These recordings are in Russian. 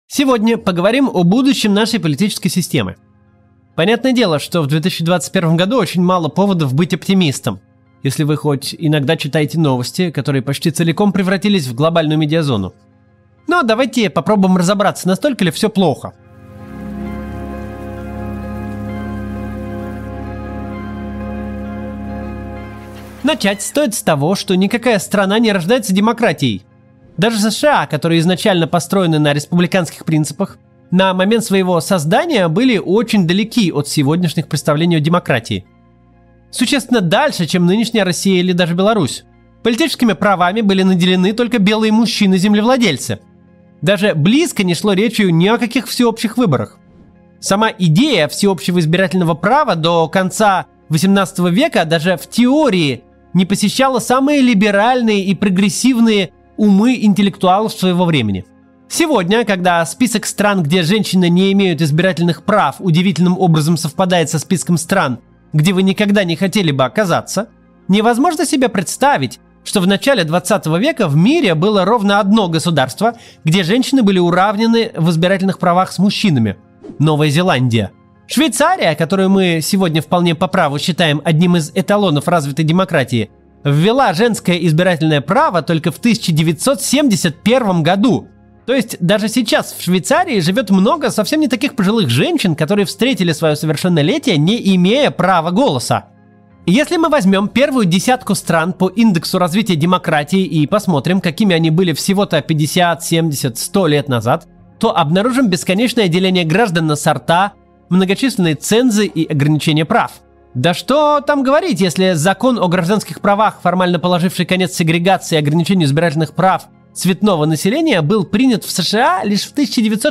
Сегодня поговорим о будущем нашей политической системы. Понятное дело, что в 2021 году очень мало поводов быть оптимистом, если вы хоть иногда читаете новости, которые почти целиком превратились в глобальную медиазону. Но давайте попробуем разобраться, настолько ли все плохо. Начать стоит с того, что никакая страна не рождается демократией. Даже США, которые изначально построены на республиканских принципах, на момент своего создания были очень далеки от сегодняшних представлений о демократии. Существенно дальше, чем нынешняя Россия или даже Беларусь. Политическими правами были наделены только белые мужчины-землевладельцы. Даже близко не шло речью ни о каких всеобщих выборах. Сама идея всеобщего избирательного права до конца XVIII века даже в теории не посещала самые либеральные и прогрессивные умы интеллектуалов своего времени. Сегодня, когда список стран, где женщины не имеют избирательных прав, удивительным образом совпадает со списком стран, где вы никогда не хотели бы оказаться, невозможно себе представить, что в начале 20 века в мире было ровно одно государство, где женщины были уравнены в избирательных правах с мужчинами – Новая Зеландия. Швейцария, которую мы сегодня вполне по праву считаем одним из эталонов развитой демократии, ввела женское избирательное право только в 1971 году. То есть даже сейчас в Швейцарии живет много совсем не таких пожилых женщин, которые встретили свое совершеннолетие, не имея права голоса. Если мы возьмем первую десятку стран по индексу развития демократии и посмотрим, какими они были всего-то 50, 70, 100 лет назад, то обнаружим бесконечное деление граждан на сорта, многочисленные цензы и ограничения прав. Да что там говорить, если закон о гражданских правах, формально положивший конец сегрегации и ограничению избирательных прав цветного населения, был принят в США лишь в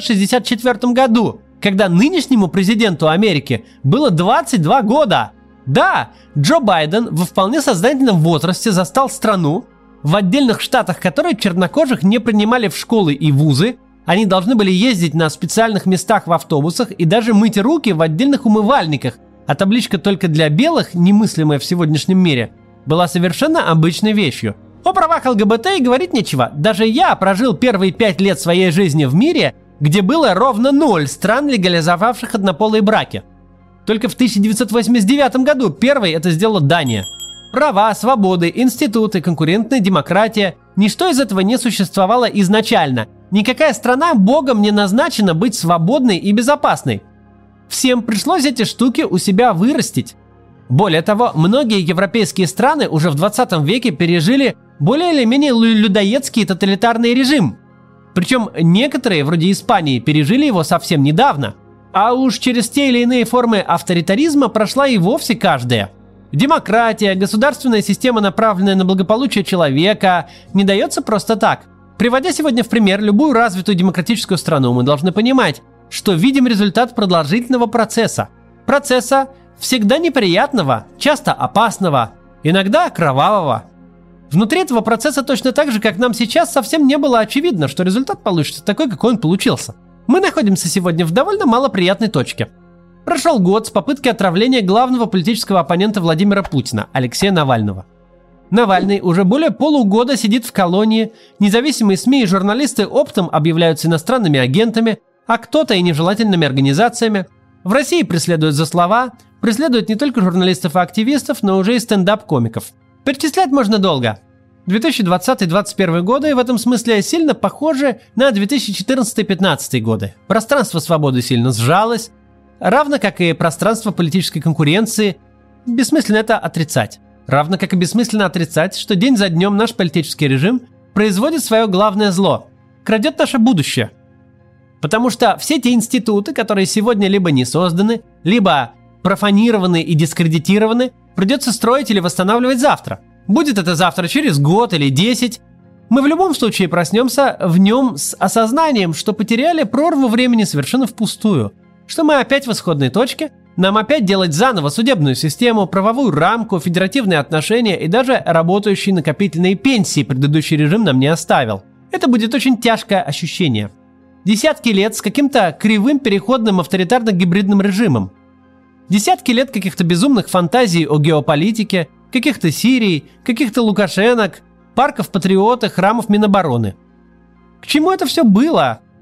1964 году, когда нынешнему президенту Америки было 22 года. Да, Джо Байден во вполне сознательном возрасте застал страну, в отдельных штатах которой чернокожих не принимали в школы и вузы, они должны были ездить на специальных местах в автобусах и даже мыть руки в отдельных умывальниках, а табличка «Только для белых», немыслимая в сегодняшнем мире, была совершенно обычной вещью. О правах ЛГБТ и говорить нечего. Даже я прожил первые 5 лет своей жизни в мире, где было ровно 0 стран, легализовавших однополые браки. Только в 1989 году первой это сделала Дания. Права, свободы, институты, конкурентная демократия – ничто из этого не существовало изначально. Никакая страна богом не назначена быть свободной и безопасной. Всем пришлось эти штуки у себя вырастить. Более того, многие европейские страны уже в 20 веке пережили более или менее людоедский тоталитарный режим. Причем некоторые, вроде Испании, пережили его совсем недавно. А уж через те или иные формы авторитаризма прошла и вовсе каждая. Демократия, государственная система, направленная на благополучие человека, не дается просто так. Приводя сегодня в пример любую развитую демократическую страну, мы должны понимать, что видим результат продолжительного процесса. Процесса всегда неприятного, часто опасного, иногда кровавого. Внутри этого процесса точно так же, как нам сейчас, совсем не было очевидно, что результат получится такой, какой он получился. Мы находимся сегодня в довольно малоприятной точке. Прошел год с попытки отравления главного политического оппонента Владимира Путина, Алексея Навального. Навальный уже более полугода сидит в колонии, независимые СМИ и журналисты оптом объявляются иностранными агентами, а кто-то и нежелательными организациями. В России преследуют за слова, преследуют не только журналистов и активистов, но уже и стендап-комиков. Перечислять можно долго. 2020-2021 годы в этом смысле сильно похожи на 2014-2015 годы. Пространство свободы сильно сжалось, равно как и пространство политической конкуренции. Бессмысленно это отрицать. Равно как и бессмысленно отрицать, что день за днем наш политический режим производит свое главное зло – крадет наше будущее. Потому что все те институты, которые сегодня либо не созданы, либо профанированы и дискредитированы, придется строить или восстанавливать завтра. Будет это завтра через год или 10. Мы в любом случае проснемся в нем с осознанием, что потеряли прорву времени совершенно впустую, что мы опять в исходной точке, нам опять делать заново судебную систему, правовую рамку, федеративные отношения и даже работающие накопительные пенсии предыдущий режим нам не оставил. Это будет очень тяжкое ощущение. Десятки лет с каким-то кривым переходным авторитарно-гибридным режимом. Десятки лет каких-то безумных фантазий о геополитике, каких-то Сирий, каких-то Лукашенок, парков патриота, храмов Минобороны. К чему это все было?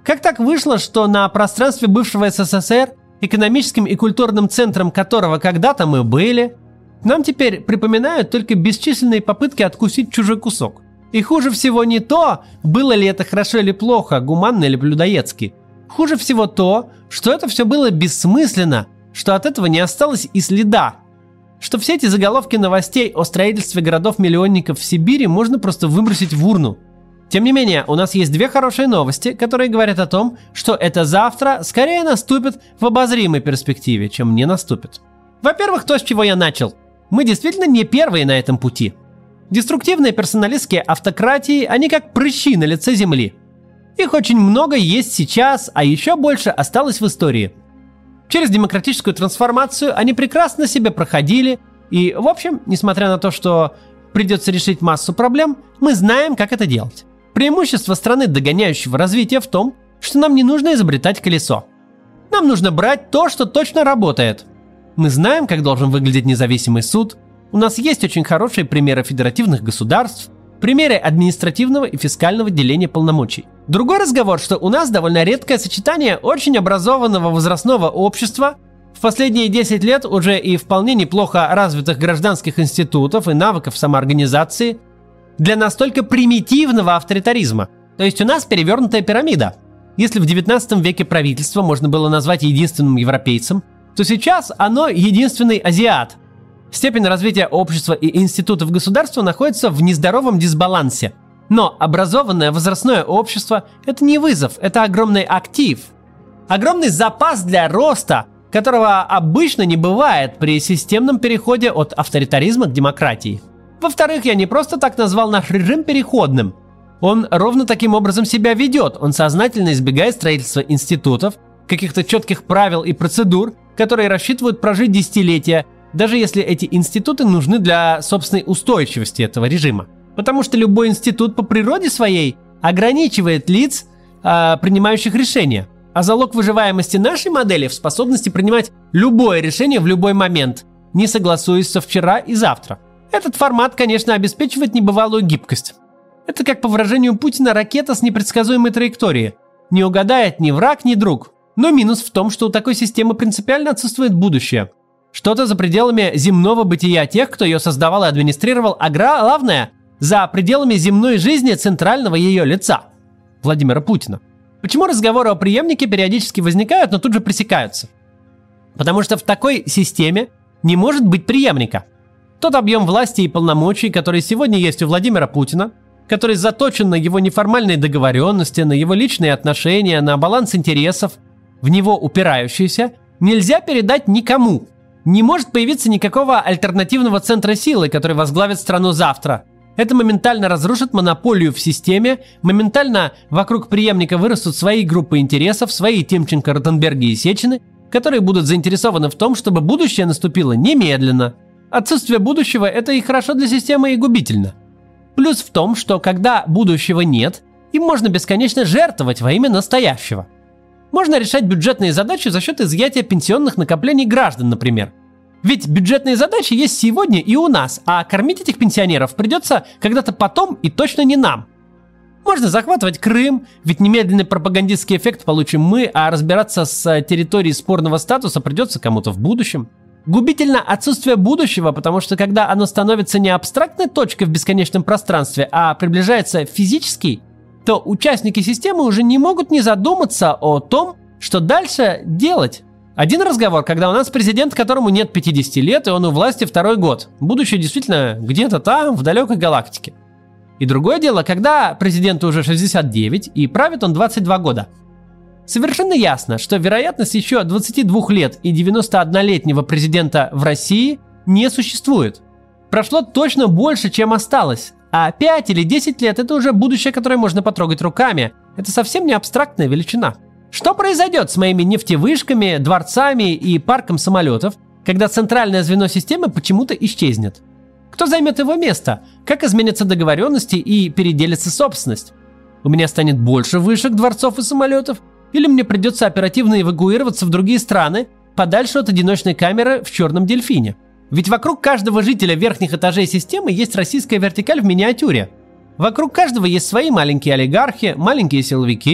Как так вышло, что на пространстве бывшего СССР, экономическим и культурным центром которого когда-то мы были, нам теперь припоминают только бесчисленные попытки откусить чужой кусок? И хуже всего не то, было ли это хорошо или плохо, гуманно или людоедски. Хуже всего то, что это все было бессмысленно, что от этого не осталось и следа. Что все эти заголовки новостей о строительстве городов-миллионников в Сибири можно просто выбросить в урну. Тем не менее, у нас есть две хорошие новости, которые говорят о том, что это завтра скорее наступит в обозримой перспективе, чем не наступит. Во-первых, то, с чего я начал. Мы действительно не первые на этом пути. Деструктивные персоналистские автократии, они как прыщи на лице земли. Их очень много есть сейчас, а еще больше осталось в истории. Через демократическую трансформацию они прекрасно себе проходили, и, в общем, несмотря на то, что придется решить массу проблем, мы знаем, как это делать. Преимущество страны догоняющего развития в том, что нам не нужно изобретать колесо. Нам нужно брать то, что точно работает. Мы знаем, как должен выглядеть независимый суд. У нас есть очень хорошие примеры федеративных государств, примеры административного и фискального деления полномочий. Другой разговор, что у нас довольно редкое сочетание очень образованного возрастного общества, в последние 10 лет уже и вполне неплохо развитых гражданских институтов и навыков самоорганизации, для настолько примитивного авторитаризма. То есть у нас перевернутая пирамида. Если в 19 веке правительство можно было назвать единственным европейцем, то сейчас оно единственный азиат. Степень развития общества и институтов государства находится в нездоровом дисбалансе. Но образованное возрастное общество – это не вызов, это огромный актив. Огромный запас для роста, которого обычно не бывает при системном переходе от авторитаризма к демократии. Во-вторых, я не просто так назвал наш режим переходным. Он ровно таким образом себя ведет. Он сознательно избегает строительства институтов, каких-то четких правил и процедур, которые рассчитывают прожить десятилетия, даже если эти институты нужны для собственной устойчивости этого режима. Потому что любой институт по природе своей ограничивает лиц, принимающих решения. А залог выживаемости нашей модели в способности принимать любое решение в любой момент, не согласуясь со вчера и завтра. Этот формат, конечно, обеспечивает небывалую гибкость. Это, как по выражению Путина, ракета с непредсказуемой траекторией. Не угадает ни враг, ни друг. Но минус в том, что у такой системы принципиально отсутствует будущее. Что-то за пределами земного бытия тех, кто ее создавал и администрировал, а главное, за пределами земной жизни центрального ее лица – Владимира Путина. Почему разговоры о преемнике периодически возникают, но тут же пресекаются? Потому что в такой системе не может быть преемника. Тот объем власти и полномочий, который сегодня есть у Владимира Путина, который заточен на его неформальные договоренности, на его личные отношения, на баланс интересов, в него упирающийся, нельзя передать никому. Не может появиться никакого альтернативного центра силы, который возглавит страну завтра. Это моментально разрушит монополию в системе, моментально вокруг преемника вырастут свои группы интересов, свои Тимченко, Ротенберги и Сечины, которые будут заинтересованы в том, чтобы будущее наступило немедленно. Отсутствие будущего – это и хорошо для системы, и губительно. Плюс в том, что когда будущего нет, им можно бесконечно жертвовать во имя настоящего. Можно решать бюджетные задачи за счет изъятия пенсионных накоплений граждан, например. Ведь бюджетные задачи есть сегодня и у нас, а кормить этих пенсионеров придется когда-то потом и точно не нам. Можно захватывать Крым, ведь немедленный пропагандистский эффект получим мы, а разбираться с территорией спорного статуса придется кому-то в будущем. Губительно отсутствие будущего, потому что когда оно становится не абстрактной точкой в бесконечном пространстве, а приближается физически, то участники системы уже не могут не задуматься о том, что дальше делать. Один разговор, когда у нас президент, которому нет 50 лет, и он у власти второй год. Будущее действительно где-то там, в далекой галактике. И другое дело, когда президенту уже 69, и правит он 22 года. Совершенно ясно, что вероятность еще 22 лет и 91-летнего президента в России не существует. Прошло точно больше, чем осталось. А 5 или 10 лет – это уже будущее, которое можно потрогать руками. Это совсем не абстрактная величина. Что произойдет с моими нефтевышками, дворцами и парком самолетов, когда центральное звено системы почему-то исчезнет? Кто займет его место? Как изменятся договоренности и переделится собственность? У меня станет больше вышек, дворцов и самолетов? Или мне придется оперативно эвакуироваться в другие страны, подальше от одиночной камеры в черном дельфине? Ведь вокруг каждого жителя верхних этажей системы есть российская вертикаль в миниатюре. Вокруг каждого есть свои маленькие олигархи, маленькие силовики,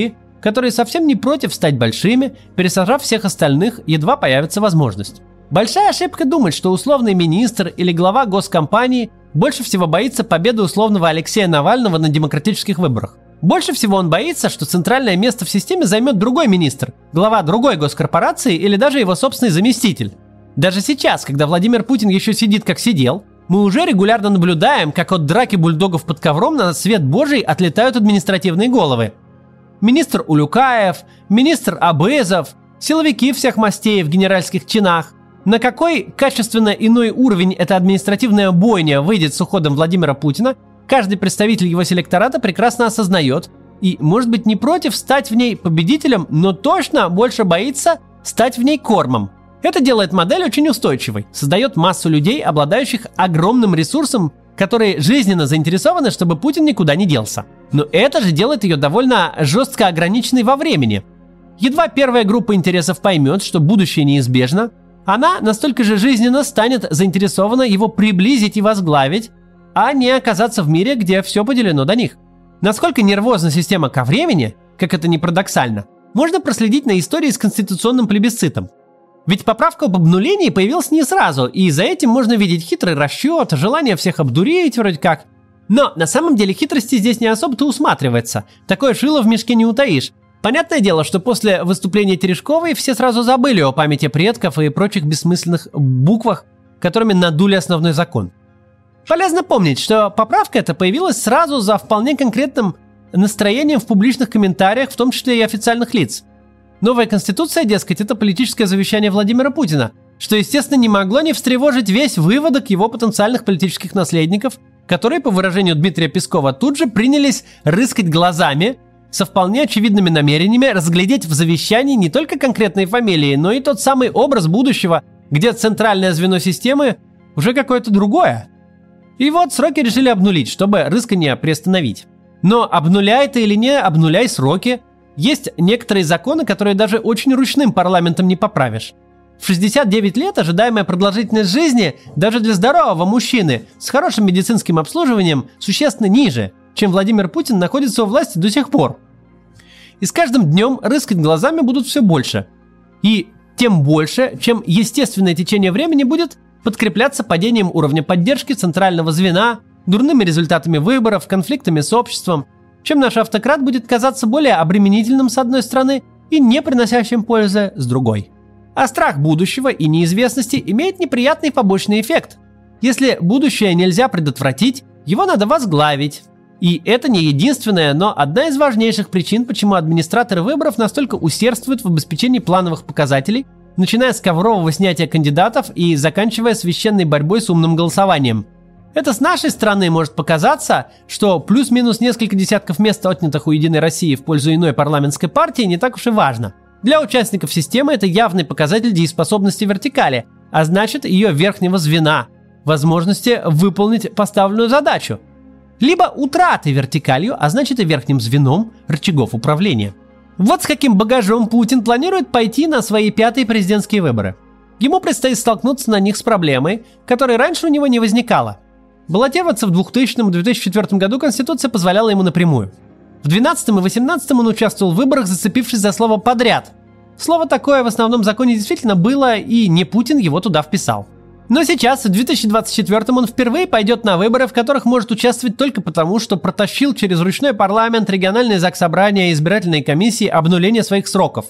которые совсем не против стать большими, пересажав всех остальных, едва появится возможность. Большая ошибка думать, что условный министр или глава госкомпании больше всего боится победы условного Алексея Навального на демократических выборах. Больше всего он боится, что центральное место в системе займет другой министр, глава другой госкорпорации или даже его собственный заместитель. Даже сейчас, когда Владимир Путин еще сидит как сидел, мы уже регулярно наблюдаем, как от драки бульдогов под ковром на свет Божий отлетают административные головы. Министр Улюкаев, министр Абызов, силовики всех мастей в генеральских чинах. На какой качественно иной уровень эта административная бойня выйдет с уходом Владимира Путина, каждый представитель его селектората прекрасно осознает и, может быть, не против стать в ней победителем, но точно больше боится стать в ней кормом. Это делает модель очень устойчивой, создает массу людей, обладающих огромным ресурсом, которые жизненно заинтересованы, чтобы Путин никуда не делся. Но это же делает ее довольно жестко ограниченной во времени. Едва первая группа интересов поймет, что будущее неизбежно, она настолько же жизненно станет заинтересована его приблизить и возглавить, а не оказаться в мире, где все поделено до них. Насколько нервозна система ко времени, как это ни парадоксально, можно проследить на истории с конституционным плебисцитом. Ведь поправка об обнулении появилась не сразу, и за этим можно видеть хитрый расчет, желание всех обдурить вроде как. Но на самом деле хитрости здесь не особо-то усматривается. Такое шило в мешке не утаишь. Понятное дело, что после выступления Терешковой все сразу забыли о памяти предков и прочих бессмысленных буквах, которыми надули основной закон. Полезно помнить, что поправка эта появилась сразу за вполне конкретным настроением в публичных комментариях, в том числе и официальных лиц. Новая конституция, дескать, это политическое завещание Владимира Путина, что, естественно, не могло не встревожить весь выводок его потенциальных политических наследников, которые, по выражению Дмитрия Пескова, тут же принялись рыскать глазами со вполне очевидными намерениями разглядеть в завещании не только конкретные фамилии, но и тот самый образ будущего, где центральное звено системы уже какое-то другое. И вот сроки решили обнулить, чтобы рыскание приостановить. Но обнуляй ты или не обнуляй сроки, есть некоторые законы, которые даже очень ручным парламентом не поправишь. В 69 лет ожидаемая продолжительность жизни даже для здорового мужчины с хорошим медицинским обслуживанием существенно ниже, чем Владимир Путин находится у власти до сих пор. И с каждым днем рыскать глазами будут все больше. И тем больше, чем естественное течение времени будет подкрепляться падением уровня поддержки центрального звена, дурными результатами выборов, конфликтами с обществом, чем наш автократ будет казаться более обременительным с одной стороны и не приносящим пользы с другой. А страх будущего и неизвестности имеет неприятный побочный эффект. Если будущее нельзя предотвратить, его надо возглавить. И это не единственная, но одна из важнейших причин, почему администраторы выборов настолько усердствуют в обеспечении плановых показателей, начиная с коврового снятия кандидатов и заканчивая священной борьбой с умным голосованием. Это с нашей стороны может показаться, что плюс-минус несколько десятков мест, отнятых у «Единой России» в пользу иной парламентской партии, не так уж и важно. Для участников системы это явный показатель дееспособности вертикали, а значит ее верхнего звена, возможности выполнить поставленную задачу. Либо утраты вертикалью, а значит и верхним звеном рычагов управления. Вот с каким багажом Путин планирует пойти на свои 5-е президентские выборы. Ему предстоит столкнуться на них с проблемой, которой раньше у него не возникало. Баллотироваться в 2000-2004 году Конституция позволяла ему напрямую. В 2012 и 2018 он участвовал в выборах, зацепившись за слово «подряд». Слово такое в основном законе действительно было, и не Путин его туда вписал. Но сейчас, в 2024 он впервые пойдет на выборы, в которых может участвовать только потому, что протащил через ручной парламент, региональные заксобрания и избирательные комиссии обнуление своих сроков.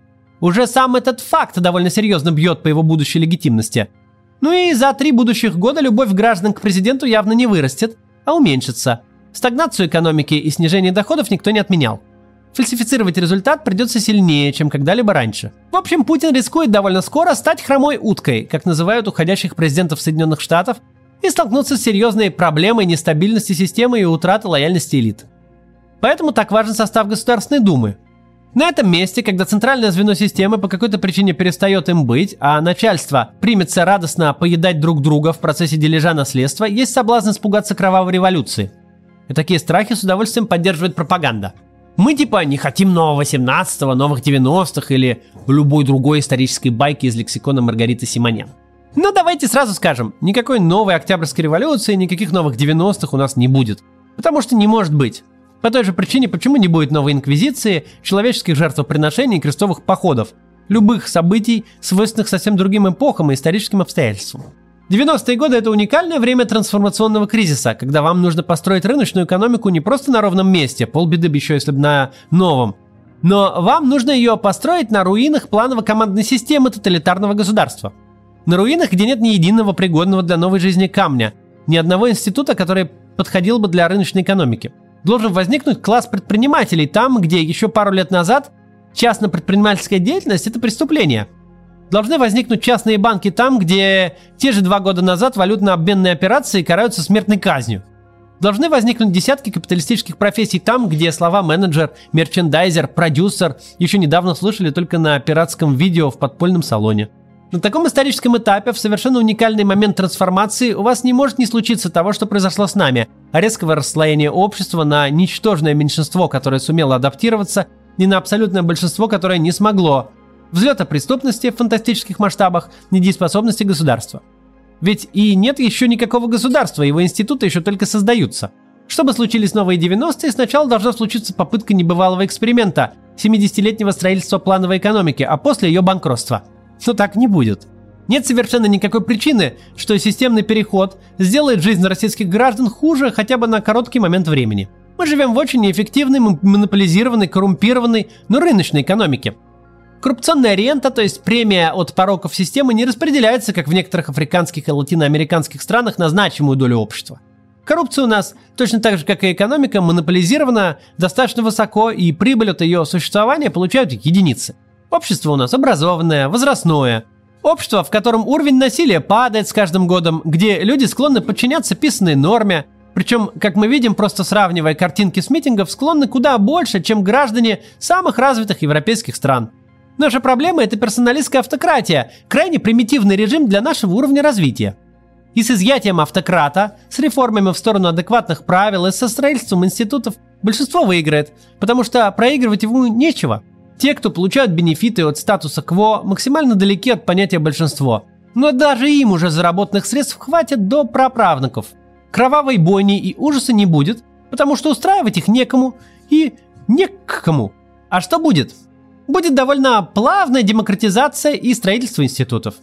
Уже сам этот факт довольно серьезно бьет по его будущей легитимности. Ну и за 3 будущих года любовь граждан к президенту явно не вырастет, а уменьшится. Стагнацию экономики и снижение доходов никто не отменял. Фальсифицировать результат придется сильнее, чем когда-либо раньше. В общем, Путин рискует довольно скоро стать хромой уткой, как называют уходящих президентов Соединенных Штатов, и столкнуться с серьезной проблемой нестабильности системы и утраты лояльности элит. Поэтому так важен состав Государственной Думы. На этом месте, когда центральное звено системы по какой-то причине перестает им быть, а начальство примется радостно поедать друг друга в процессе дележа наследства, есть соблазн испугаться кровавой революции. И такие страхи с удовольствием поддерживает пропаганда. Мы типа не хотим нового 17-го, новых 90-х или любой другой исторической байки из лексикона Маргариты Симонян. Но давайте сразу скажем, никакой новой Октябрьской революции, никаких новых 90-х у нас не будет. Потому что не может быть. По той же причине, почему не будет новой инквизиции, человеческих жертвоприношений и крестовых походов, любых событий, свойственных совсем другим эпохам и историческим обстоятельствам. 90-е годы – это уникальное время трансформационного кризиса, когда вам нужно построить рыночную экономику не просто на ровном месте, полбеды бы еще если бы на новом, но вам нужно ее построить на руинах планово-командной системы тоталитарного государства. На руинах, где нет ни единого пригодного для новой жизни камня, ни одного института, который подходил бы для рыночной экономики. Должен возникнуть класс предпринимателей там, где еще пару лет назад частно-предпринимательская деятельность – это преступление. Должны возникнуть частные банки там, где те же 2 года назад валютно-обменные операции караются смертной казнью. Должны возникнуть десятки капиталистических профессий там, где слова менеджер, мерчендайзер, продюсер еще недавно слышали только на пиратском видео в подпольном салоне. На таком историческом этапе, в совершенно уникальный момент трансформации, у вас не может не случиться того, что произошло с нами, резкого расслоения общества на ничтожное меньшинство, которое сумело адаптироваться, и на абсолютное большинство, которое не смогло, взлета преступности в фантастических масштабах, недееспособности государства. Ведь и нет еще никакого государства, его институты еще только создаются. Чтобы случились новые 90-е, сначала должна случиться попытка небывалого эксперимента, 70-летнего строительства плановой экономики, а после ее банкротства. Но так не будет. Нет совершенно никакой причины, что системный переход сделает жизнь российских граждан хуже хотя бы на короткий момент времени. Мы живем в очень неэффективной, монополизированной, коррумпированной, но рыночной экономике. Коррупционная рента, то есть премия от пороков системы, не распределяется, как в некоторых африканских и латиноамериканских странах, на значимую долю общества. Коррупция у нас, точно так же, как и экономика, монополизирована достаточно высоко, и прибыль от ее существования получают единицы. Общество у нас образованное, возрастное. Общество, в котором уровень насилия падает с каждым годом, где люди склонны подчиняться писанной норме, причем, как мы видим, просто сравнивая картинки с митингов, склонны куда больше, чем граждане самых развитых европейских стран. Наша проблема – это персоналистская автократия, крайне примитивный режим для нашего уровня развития. И с изъятием автократа, с реформами в сторону адекватных правил и со строительством институтов большинство выиграет, потому что проигрывать ему нечего. Те, кто получают бенефиты от статуса кво, максимально далеки от понятия большинство. Но даже им уже заработанных средств хватит до праправнуков. Кровавой бойни и ужаса не будет, потому что устраивать их некому и не к кому. А что будет? Будет довольно плавная демократизация и строительство институтов.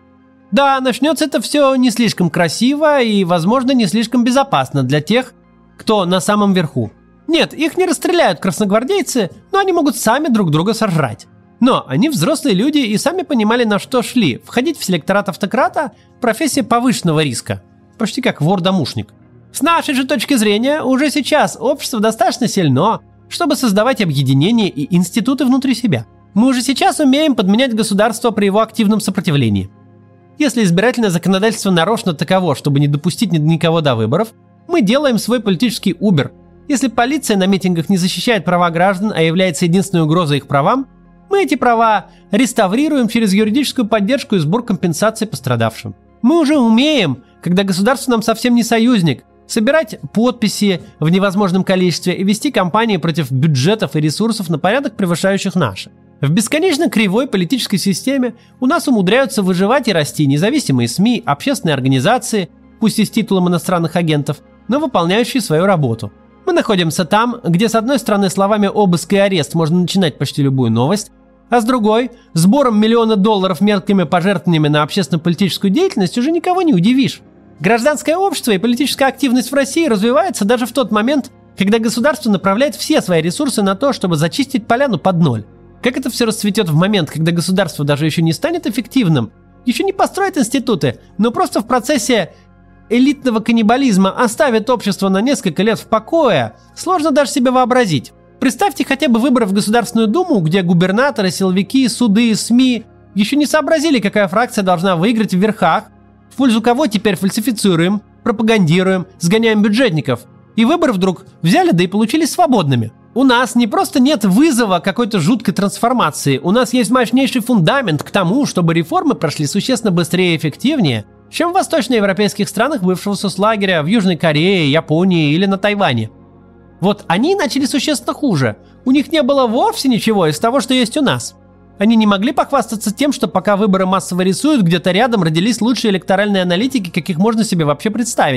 Да, начнется это все не слишком красиво и, возможно, не слишком безопасно для тех, кто на самом верху. Нет, их не расстреляют красногвардейцы, но они могут сами друг друга сожрать. Но они взрослые люди и сами понимали, на что шли. Входить в селекторат автократа – профессия повышенного риска. Почти как вор-домушник. С нашей же точки зрения, уже сейчас общество достаточно сильно, чтобы создавать объединения и институты внутри себя. Мы уже сейчас умеем подменять государство при его активном сопротивлении. Если избирательное законодательство нарочно таково, чтобы не допустить никого до выборов, мы делаем свой политический Uber. Если полиция на митингах не защищает права граждан, а является единственной угрозой их правам, мы эти права реставрируем через юридическую поддержку и сбор компенсаций пострадавшим. Мы уже умеем, когда государство нам совсем не союзник, собирать подписи в невозможном количестве и вести кампании против бюджетов и ресурсов на порядок превышающих наши. В бесконечно кривой политической системе у нас умудряются выживать и расти независимые СМИ, общественные организации, пусть и с титулом иностранных агентов, но выполняющие свою работу. Мы находимся там, где с одной стороны словами «обыск» и «арест» можно начинать почти любую новость, а с другой, сбором $1 миллиона мелкими пожертвованиями на общественно-политическую деятельность уже никого не удивишь. Гражданское общество и политическая активность в России развивается даже в тот момент, когда государство направляет все свои ресурсы на то, чтобы зачистить поляну под ноль. Как это все расцветет в момент, когда государство даже еще не станет эффективным, еще не построит институты, но просто в процессе элитного каннибализма оставит общество на несколько лет в покое, сложно даже себе вообразить. Представьте хотя бы выборы в Государственную Думу, где губернаторы, силовики, суды, СМИ еще не сообразили, какая фракция должна выиграть в верхах, в пользу кого теперь фальсифицируем, пропагандируем, сгоняем бюджетников. И выборы вдруг взяли, да и получились свободными. У нас не просто нет вызова какой-то жуткой трансформации, у нас есть мощнейший фундамент к тому, чтобы реформы прошли существенно быстрее и эффективнее, чем в восточноевропейских странах бывшего соцлагеря, в Южной Корее, Японии или на Тайване. Вот они начали существенно хуже. У них не было вовсе ничего из того, что есть у нас. Они не могли похвастаться тем, что пока выборы массово рисуют, где-то рядом родились лучшие электоральные аналитики, каких можно себе вообще представить.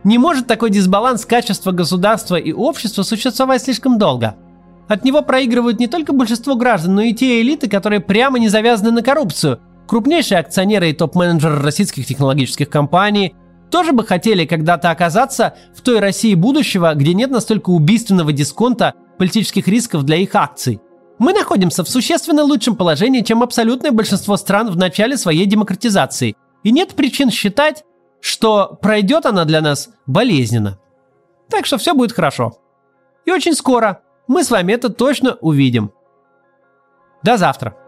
Не может такой дисбаланс качества государства и общества существовать слишком долго. От него проигрывают не только большинство граждан, но и те элиты, которые прямо не завязаны на коррупцию. Крупнейшие акционеры и топ-менеджеры российских технологических компаний тоже бы хотели когда-то оказаться в той России будущего, где нет настолько убийственного дисконта политических рисков для их акций. Мы находимся в существенно лучшем положении, чем абсолютное большинство стран в начале своей демократизации. И нет причин считать, что пройдет она для нас болезненно. Так что все будет хорошо. И очень скоро мы с вами это точно увидим. До завтра.